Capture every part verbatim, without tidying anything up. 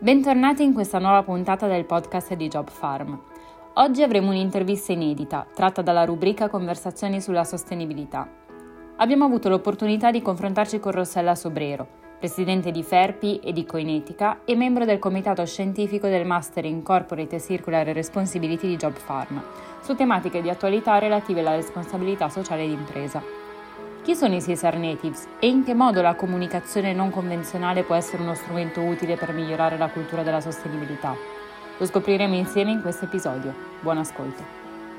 Bentornati in questa nuova puntata del podcast di Job Farm. Oggi avremo un'intervista inedita, tratta dalla rubrica Conversazioni sulla sostenibilità. Abbiamo avuto l'opportunità di confrontarci con Rossella Sobrero, presidente di Ferpi e di Coinetica e membro del comitato scientifico del Master in Corporate e Circular Responsibility di Job Farm, su tematiche di attualità relative alla responsabilità sociale d'impresa. Chi sono i C S R Natives e in che modo la comunicazione non convenzionale può essere uno strumento utile per migliorare la cultura della sostenibilità? Lo scopriremo insieme in questo episodio. Buon ascolto.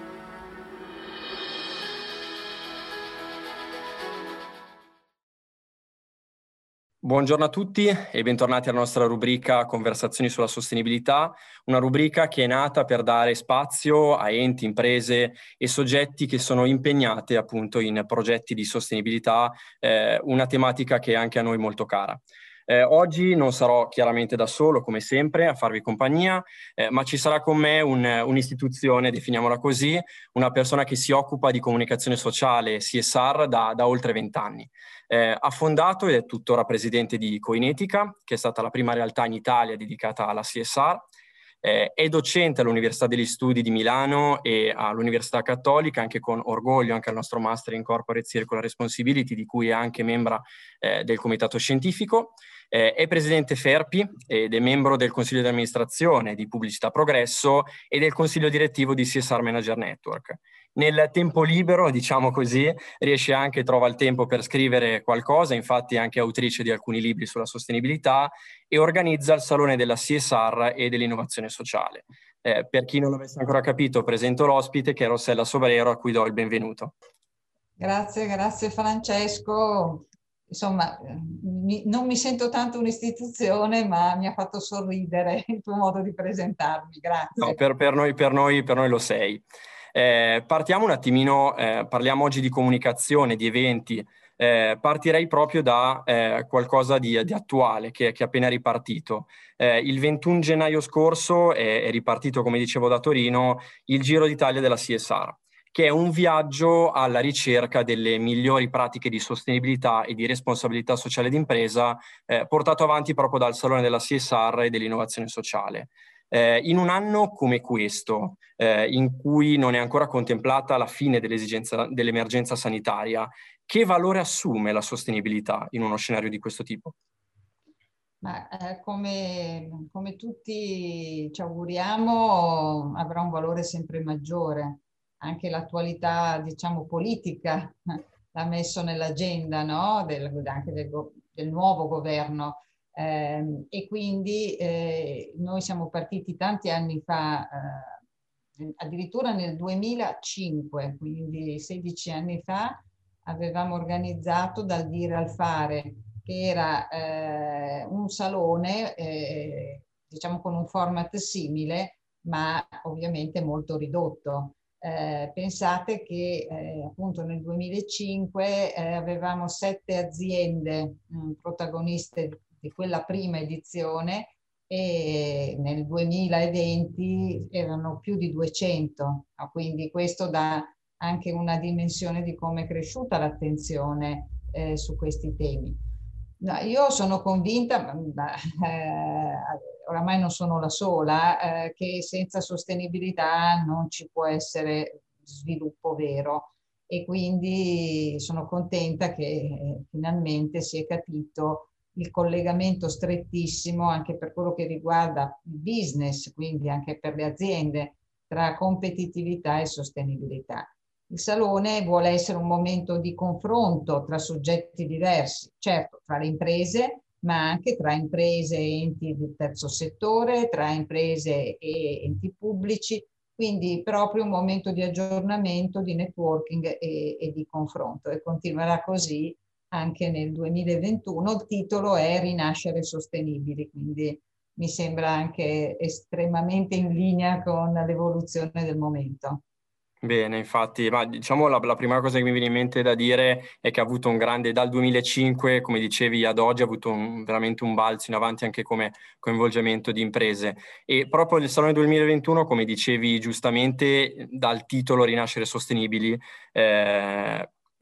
Buongiorno a tutti e bentornati alla nostra rubrica Conversazioni sulla sostenibilità, una rubrica che è nata per dare spazio a enti, imprese e soggetti che sono impegnati appunto in progetti di sostenibilità, eh, una tematica che è anche a noi molto cara. Eh, oggi non sarò chiaramente da solo, come sempre, a farvi compagnia, eh, ma ci sarà con me un, un'istituzione, definiamola così, una persona che si occupa di comunicazione sociale C S R da, da oltre vent'anni. Eh, ha fondato ed è tuttora presidente di Coinetica, che è stata la prima realtà in Italia dedicata alla C S R. Eh, è docente all'Università degli Studi di Milano e all'Università Cattolica, anche con orgoglio anche al nostro Master in Corporate Circular Responsibility, di cui è anche membra eh, del comitato scientifico. Eh, è presidente Ferpi ed è membro del Consiglio di amministrazione di Pubblicità Progresso e del Consiglio direttivo di C S R Manager Network. Nel tempo libero, diciamo così, riesce anche, trova il tempo per scrivere qualcosa, infatti è anche autrice di alcuni libri sulla sostenibilità e organizza il Salone della C S R e dell'innovazione sociale. Eh, per chi non l'avesse ancora capito, presento l'ospite che è Rossella Sobrero, a cui do il benvenuto. Grazie, grazie Francesco. Insomma, mi, non mi sento tanto un'istituzione, ma mi ha fatto sorridere il tuo modo di presentarmi. Grazie. No, per, per, noi, per, noi, per noi lo sei. Eh, partiamo un attimino, eh, parliamo oggi di comunicazione, di eventi. Eh, partirei proprio da eh, qualcosa di, di attuale che, che è appena ripartito. Eh, il ventuno gennaio scorso è, è ripartito, come dicevo, da Torino il Giro d'Italia della C S R, che è un viaggio alla ricerca delle migliori pratiche di sostenibilità e di responsabilità sociale d'impresa, eh, portato avanti proprio dal Salone della C S R e dell'innovazione sociale. Eh, in un anno come questo, eh, in cui non è ancora contemplata la fine dell'esigenza, dell'emergenza sanitaria, che valore assume la sostenibilità in uno scenario di questo tipo? Ma eh, come, come tutti ci auguriamo, avrà un valore sempre maggiore. Anche l'attualità, diciamo, politica l'ha messo nell'agenda, no? del, anche del, del nuovo governo. Eh, e quindi eh, noi siamo partiti tanti anni fa, eh, addirittura nel duemilacinque, quindi sedici anni fa, avevamo organizzato Dal dire al fare, che era eh, un salone, eh, diciamo con un format simile, ma ovviamente molto ridotto. Eh, pensate che eh, appunto nel duemilacinque eh, avevamo sette aziende mh, protagoniste di quella prima edizione e nel duemilaventi erano più di duecento, no? Quindi questo dà anche una dimensione di come è cresciuta l'attenzione eh, su questi temi. No, io sono convinta, ma, eh, oramai non sono la sola, eh, che senza sostenibilità non ci può essere sviluppo vero e quindi sono contenta che eh, finalmente si è capito il collegamento strettissimo anche per quello che riguarda il business, quindi anche per le aziende, tra competitività e sostenibilità. Il salone vuole essere un momento di confronto tra soggetti diversi, certo tra le imprese, ma anche tra imprese e enti del terzo settore, tra imprese e enti pubblici, quindi proprio un momento di aggiornamento, di networking e, e di confronto e continuerà così anche nel duemilaventuno. Il titolo è Rinascere sostenibili, quindi mi sembra anche estremamente in linea con l'evoluzione del momento. Bene, infatti, ma diciamo la, la prima cosa che mi viene in mente da dire è che ha avuto un grande, dal duemilacinque, come dicevi, ad oggi ha avuto un, veramente un balzo in avanti anche come coinvolgimento di imprese. E proprio il Salone duemilaventuno, come dicevi giustamente, dal titolo Rinascere Sostenibili, eh,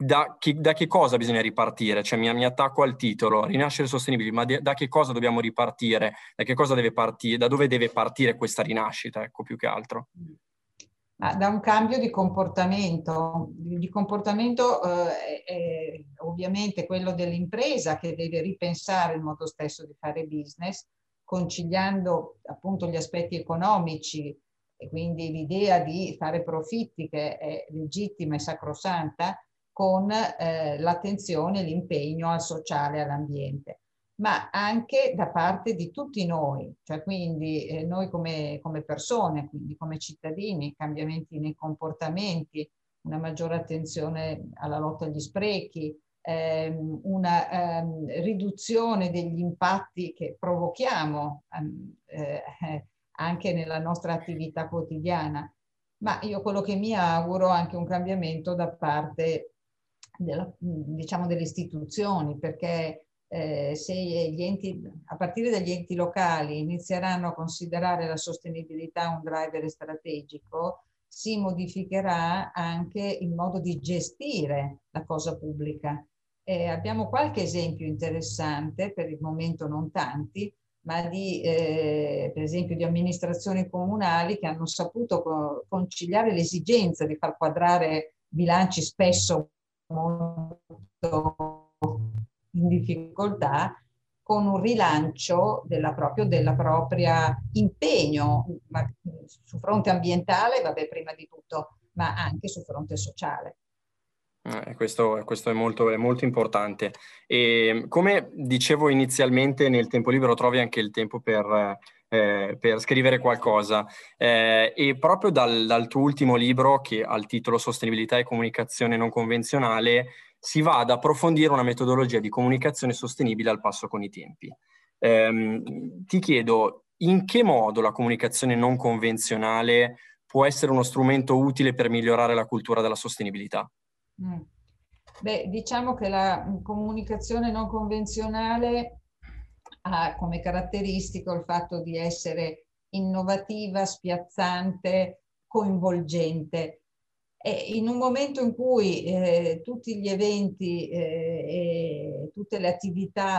da che, da che cosa bisogna ripartire? Cioè mi, mi attacco al titolo, rinascere sostenibili, ma de, da che cosa dobbiamo ripartire? Da che cosa deve partire? Da dove deve partire questa rinascita, ecco, più che altro? Ma da un cambio di comportamento, di comportamento eh, è ovviamente quello dell'impresa che deve ripensare il modo stesso di fare business, conciliando appunto gli aspetti economici e quindi l'idea di fare profitti che è legittima e sacrosanta, con eh, l'attenzione e l'impegno al sociale e all'ambiente, ma anche da parte di tutti noi, cioè quindi eh, noi come, come persone, quindi come cittadini, cambiamenti nei comportamenti, una maggiore attenzione alla lotta agli sprechi, ehm, una ehm, riduzione degli impatti che provochiamo ehm, eh, anche nella nostra attività quotidiana. Ma io quello che mi auguro è anche un cambiamento da parte della, diciamo, delle istituzioni, perché eh, se gli enti, a partire dagli enti locali, inizieranno a considerare la sostenibilità un driver strategico, si modificherà anche il modo di gestire la cosa pubblica. Eh, abbiamo qualche esempio interessante, per il momento non tanti, ma di, eh, per esempio, di amministrazioni comunali che hanno saputo co- conciliare l'esigenza di far quadrare bilanci spesso molto in difficoltà, con un rilancio della proprio, della propria impegno, ma su fronte ambientale, vabbè, prima di tutto, ma anche su fronte sociale. Eh, questo, questo è molto, è molto importante. E come dicevo inizialmente, nel tempo libero trovi anche il tempo per, eh, per scrivere qualcosa. Eh, e proprio dal, dal tuo ultimo libro, che ha il titolo Sostenibilità e comunicazione non convenzionale, si va ad approfondire una metodologia di comunicazione sostenibile al passo con i tempi. Eh, ti chiedo, in che modo la comunicazione non convenzionale può essere uno strumento utile per migliorare la cultura della sostenibilità? Mm. Beh, diciamo che la comunicazione non convenzionale ha come caratteristico il fatto di essere innovativa, spiazzante, coinvolgente. E in un momento in cui eh, tutti gli eventi eh, e tutte le attività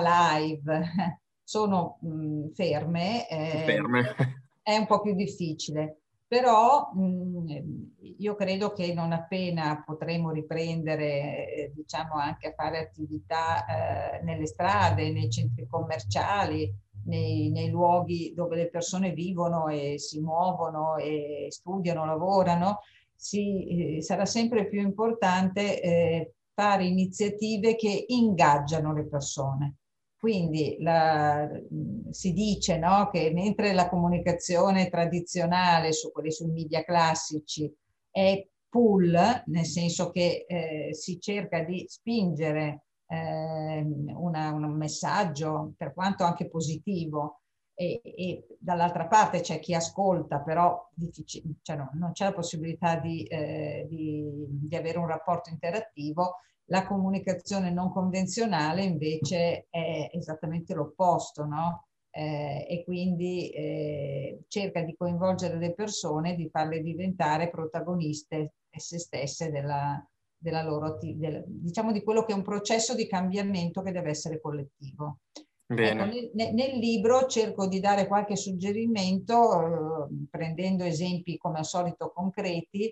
live sono mh, ferme, eh, Ferme. è un po' più difficile. Però mh, io credo che non appena potremo riprendere, eh, diciamo, anche a fare attività eh, nelle strade, nei centri commerciali, nei, nei luoghi dove le persone vivono e si muovono e studiano, lavorano, si, eh, sarà sempre più importante eh, fare iniziative che ingaggiano le persone. Quindi la, si dice, no, che mentre la comunicazione tradizionale su quelli sui media classici è pull, nel senso che eh, si cerca di spingere eh, una, un messaggio, per quanto anche positivo, e, e dall'altra parte c'è chi ascolta, però cioè no, non c'è la possibilità di, eh, di, di avere un rapporto interattivo. La comunicazione non convenzionale invece è esattamente l'opposto, no? Eh, e quindi eh, cerca di coinvolgere le persone, di farle diventare protagoniste e se stesse della, della loro, del, diciamo di quello che è un processo di cambiamento che deve essere collettivo. Bene. Ecco, nel, nel libro cerco di dare qualche suggerimento, eh, prendendo esempi come al solito concreti,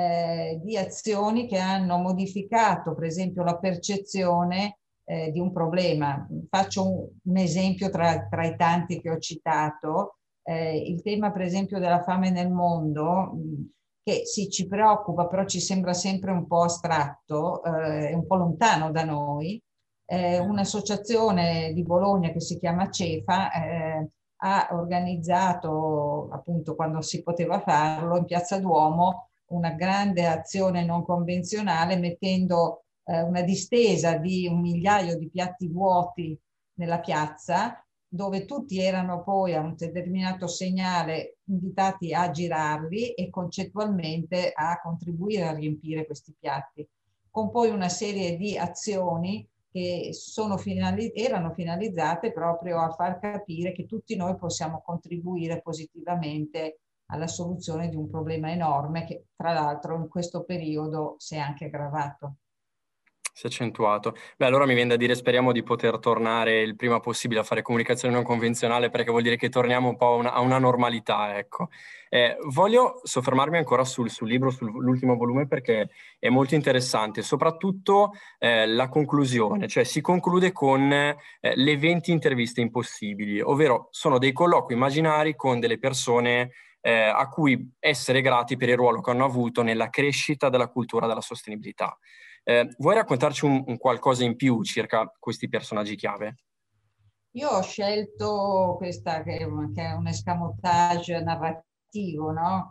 eh, di azioni che hanno modificato, per esempio, la percezione eh, di un problema. Faccio un, un esempio tra, tra i tanti che ho citato, eh, il tema, per esempio, della fame nel mondo, mh, che sì, ci preoccupa, però ci sembra sempre un po' astratto, eh, un po' lontano da noi. Eh, un'associazione di Bologna che si chiama CEFA eh, ha organizzato, appunto quando si poteva farlo, in Piazza Duomo una grande azione non convenzionale, mettendo eh, una distesa di un migliaio di piatti vuoti nella piazza, dove tutti erano poi a un determinato segnale invitati a girarli e concettualmente a contribuire a riempire questi piatti, con poi una serie di azioni che sono finali- erano finalizzate proprio a far capire che tutti noi possiamo contribuire positivamente alla soluzione di un problema enorme che tra l'altro in questo periodo si è anche aggravato. Si è accentuato. Beh, allora mi viene da dire, speriamo di poter tornare il prima possibile a fare comunicazione non convenzionale, perché vuol dire che torniamo un po' a una, a una normalità, ecco. Eh, voglio soffermarmi ancora sul, sul libro, sull'ultimo volume, perché è molto interessante, soprattutto eh, la conclusione, cioè si conclude con eh, le venti interviste impossibili, ovvero sono dei colloqui immaginari con delle persone eh, a cui essere grati per il ruolo che hanno avuto nella crescita della cultura della sostenibilità. Eh, vuoi raccontarci un, un qualcosa in più circa questi personaggi chiave? Io ho scelto questa che, che è un escamotage narrativo, no?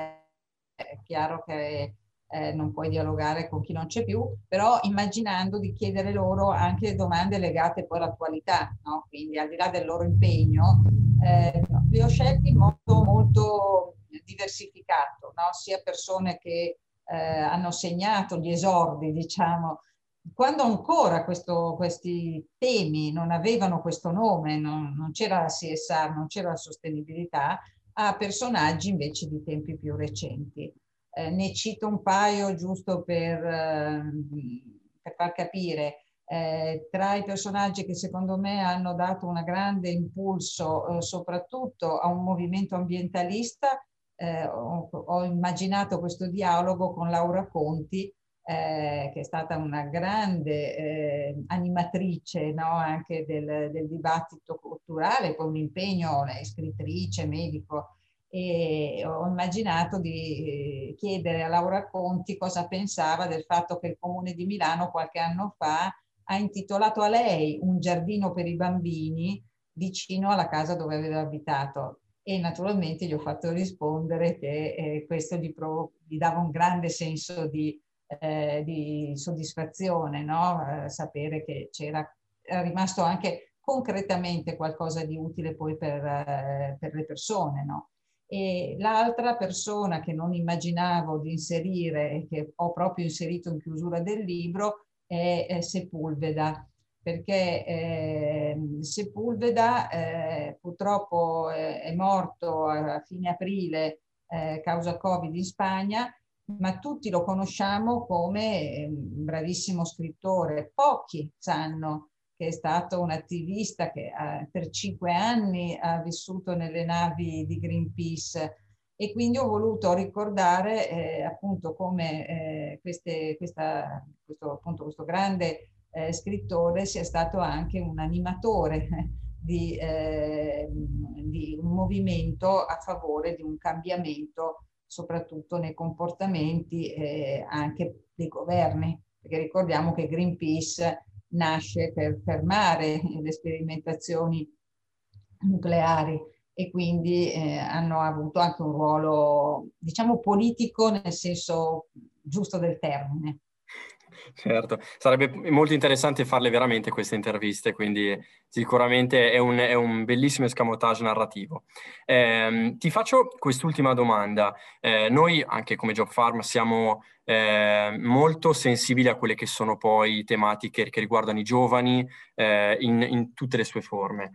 È chiaro che eh, non puoi dialogare con chi non c'è più, però immaginando di chiedere loro anche domande legate poi all'attualità, no? Quindi al di là del loro impegno, eh, li ho scelti in modo molto diversificato, no? Sia persone che eh, hanno segnato gli esordi, diciamo, quando ancora questo, questi temi non avevano questo nome, non, non c'era la C S R, non c'era la sostenibilità, a personaggi invece di tempi più recenti. Eh, ne cito un paio giusto per, eh, per far capire. Eh, tra i personaggi che secondo me hanno dato un grande impulso eh, soprattutto a un movimento ambientalista, eh, ho, ho immaginato questo dialogo con Laura Conti, eh, che è stata una grande eh, animatrice, no? Anche del, del dibattito culturale, con un impegno, lei è scrittrice, medico, e ho immaginato di chiedere a Laura Conti cosa pensava del fatto che il Comune di Milano qualche anno fa ha intitolato a lei un giardino per i bambini vicino alla casa dove aveva abitato. E naturalmente gli ho fatto rispondere che eh, questo gli, gli dava un grande senso di Eh, di soddisfazione, no? Eh, sapere che c'era rimasto anche concretamente qualcosa di utile poi per, eh, per le persone, no? E l'altra persona che non immaginavo di inserire e che ho proprio inserito in chiusura del libro è, è Sepulveda, perché eh, Sepulveda eh, purtroppo è, è morto a fine aprile eh, causa Covid in Spagna, ma tutti lo conosciamo come un bravissimo scrittore. Pochi sanno che è stato un attivista che eh, per cinque anni ha vissuto nelle navi di Greenpeace, e quindi ho voluto ricordare eh, appunto come eh, queste, questa, questo, appunto, questo grande eh, scrittore sia stato anche un animatore di, eh, di un movimento a favore di un cambiamento soprattutto nei comportamenti eh, anche dei governi, perché ricordiamo che Greenpeace nasce per fermare le sperimentazioni nucleari e quindi eh, hanno avuto anche un ruolo, diciamo, politico nel senso giusto del termine. Certo, sarebbe molto interessante farle veramente queste interviste, quindi sicuramente è un, è un bellissimo escamotage narrativo. Eh, ti faccio quest'ultima domanda. Eh, noi, anche come Job Farm, siamo eh, molto sensibili a quelle che sono poi tematiche che riguardano i giovani eh, in, in tutte le sue forme.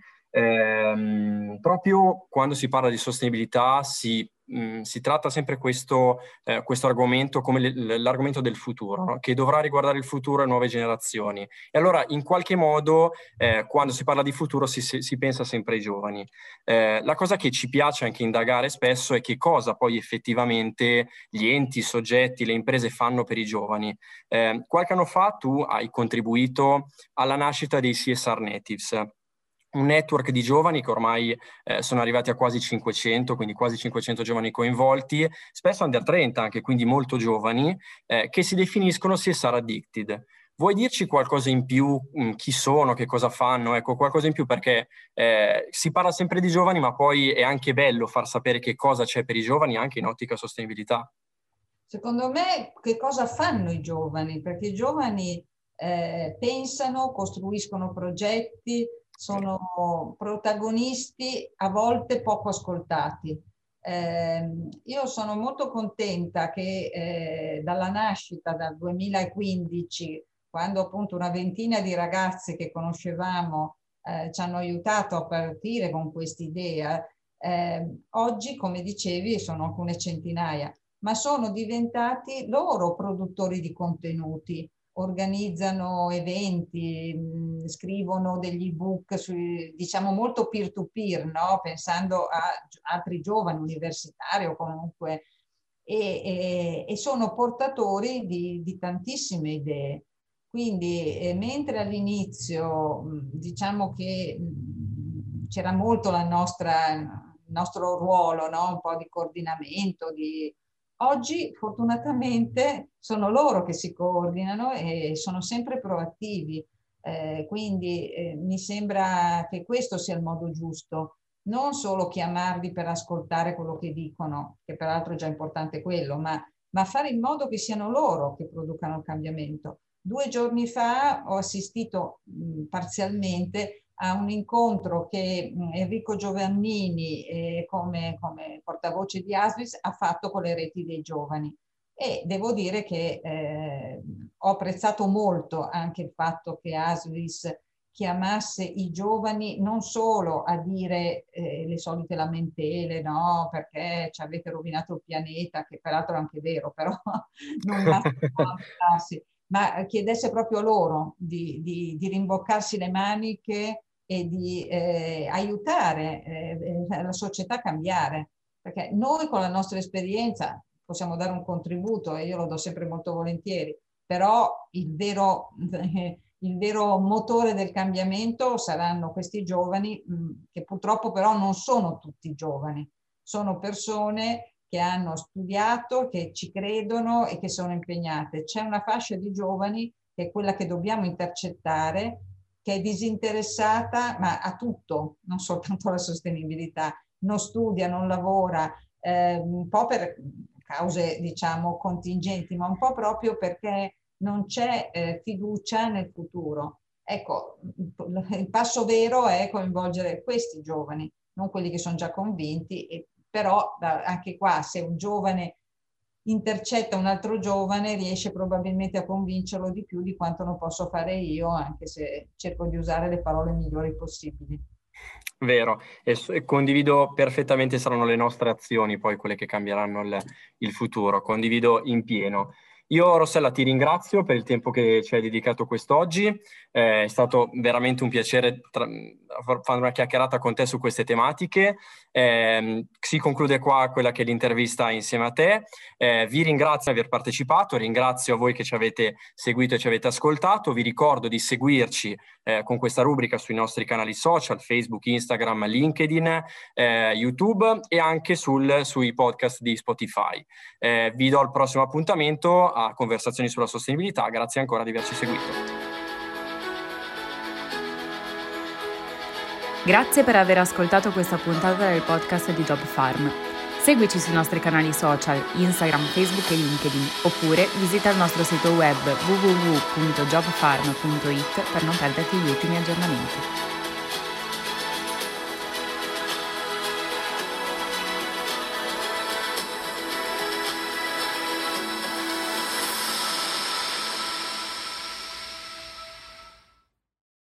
Eh, proprio quando si parla di sostenibilità si Mh, si tratta sempre questo, eh, questo argomento come le, l'argomento del futuro, no? Che dovrà riguardare il futuro e nuove generazioni. E allora, in qualche modo, eh, quando si parla di futuro, si, si, si pensa sempre ai giovani. Eh, la cosa che ci piace anche indagare spesso è che cosa poi effettivamente gli enti, i soggetti, le imprese fanno per i giovani. Eh, qualche anno fa tu hai contribuito alla nascita dei C S R Natives, un network di giovani che ormai eh, sono arrivati a quasi cinquecento, quindi quasi cinquecento giovani coinvolti, spesso under trenta anche, quindi molto giovani, eh, che si definiscono C S R Addicted. Vuoi dirci qualcosa in più? Mh, chi sono, che cosa fanno? Ecco, qualcosa in più, perché eh, si parla sempre di giovani, ma poi è anche bello far sapere che cosa c'è per i giovani anche in ottica sostenibilità. Secondo me, che cosa fanno i giovani? Perché i giovani eh, pensano, costruiscono progetti, sono protagonisti a volte poco ascoltati. Eh, io sono molto contenta che eh, dalla nascita, dal duemilaquindici, quando appunto una ventina di ragazzi che conoscevamo eh, ci hanno aiutato a partire con quest'idea, eh, oggi, come dicevi, sono alcune centinaia, ma sono diventati loro produttori di contenuti. organizzano eventi, mh, scrivono degli ebook, su, diciamo molto peer-to-peer, no? Pensando a altri giovani universitari o comunque, e, e, e sono portatori di, di tantissime idee. Quindi eh, mentre all'inizio diciamo che mh, c'era molto la nostra, il nostro ruolo, no? Un po' di coordinamento, di... Oggi fortunatamente sono loro che si coordinano e sono sempre proattivi, eh, quindi eh, mi sembra che questo sia il modo giusto, non solo chiamarli per ascoltare quello che dicono, che peraltro è già importante quello, ma, ma fare in modo che siano loro che producano il cambiamento. Due giorni fa ho assistito mh, parzialmente a un incontro che mh, Enrico Giovannini, eh, come, come portavoce di ASVIS, ha fatto con le reti dei giovani. E devo dire che eh, ho apprezzato molto anche il fatto che ASVIS chiamasse i giovani non solo a dire eh, le solite lamentele, no, perché ci avete rovinato il pianeta, che peraltro è anche vero, però non basta lamentarsi, ma chiedesse proprio loro di, di, di rimboccarsi le maniche e di eh, aiutare eh, la società a cambiare. Perché noi con la nostra esperienza possiamo dare un contributo e io lo do sempre molto volentieri, però il vero, il vero motore del cambiamento saranno questi giovani, mh, che purtroppo però non sono tutti giovani, sono persone che hanno studiato, che ci credono e che sono impegnate. C'è una fascia di giovani che è quella che dobbiamo intercettare, che è disinteressata ma a tutto, non soltanto alla sostenibilità, non studia, non lavora, eh, un po' per cause diciamo contingenti, ma un po' proprio perché non c'è eh, fiducia nel futuro. Ecco, il passo vero è coinvolgere questi giovani, non quelli che sono già convinti, e però anche qua se un giovane intercetta un altro giovane riesce probabilmente a convincerlo di più di quanto non posso fare io, anche se cerco di usare le parole migliori possibili. Vero, e, e condivido perfettamente, saranno le nostre azioni poi quelle che cambieranno il, il futuro, condivido in pieno. Io, Rossella, ti ringrazio per il tempo che ci hai dedicato quest'oggi, eh, è stato veramente un piacere tra, fare una chiacchierata con te su queste tematiche. Eh, si conclude qua quella che è l'intervista insieme a te. Eh, vi ringrazio di aver partecipato, ringrazio voi che ci avete seguito e ci avete ascoltato, vi ricordo di seguirci eh, con questa rubrica sui nostri canali social, Facebook, Instagram, LinkedIn, eh, YouTube e anche sul, sui podcast di Spotify. Eh, vi do il prossimo appuntamento a Conversazioni sulla Sostenibilità. Grazie ancora di averci seguito. Grazie per aver ascoltato questa puntata del podcast di Job Farm. Seguici sui nostri canali social, Instagram, Facebook e LinkedIn, oppure visita il nostro sito web w w w punto job farm punto i t per non perderti gli ultimi aggiornamenti.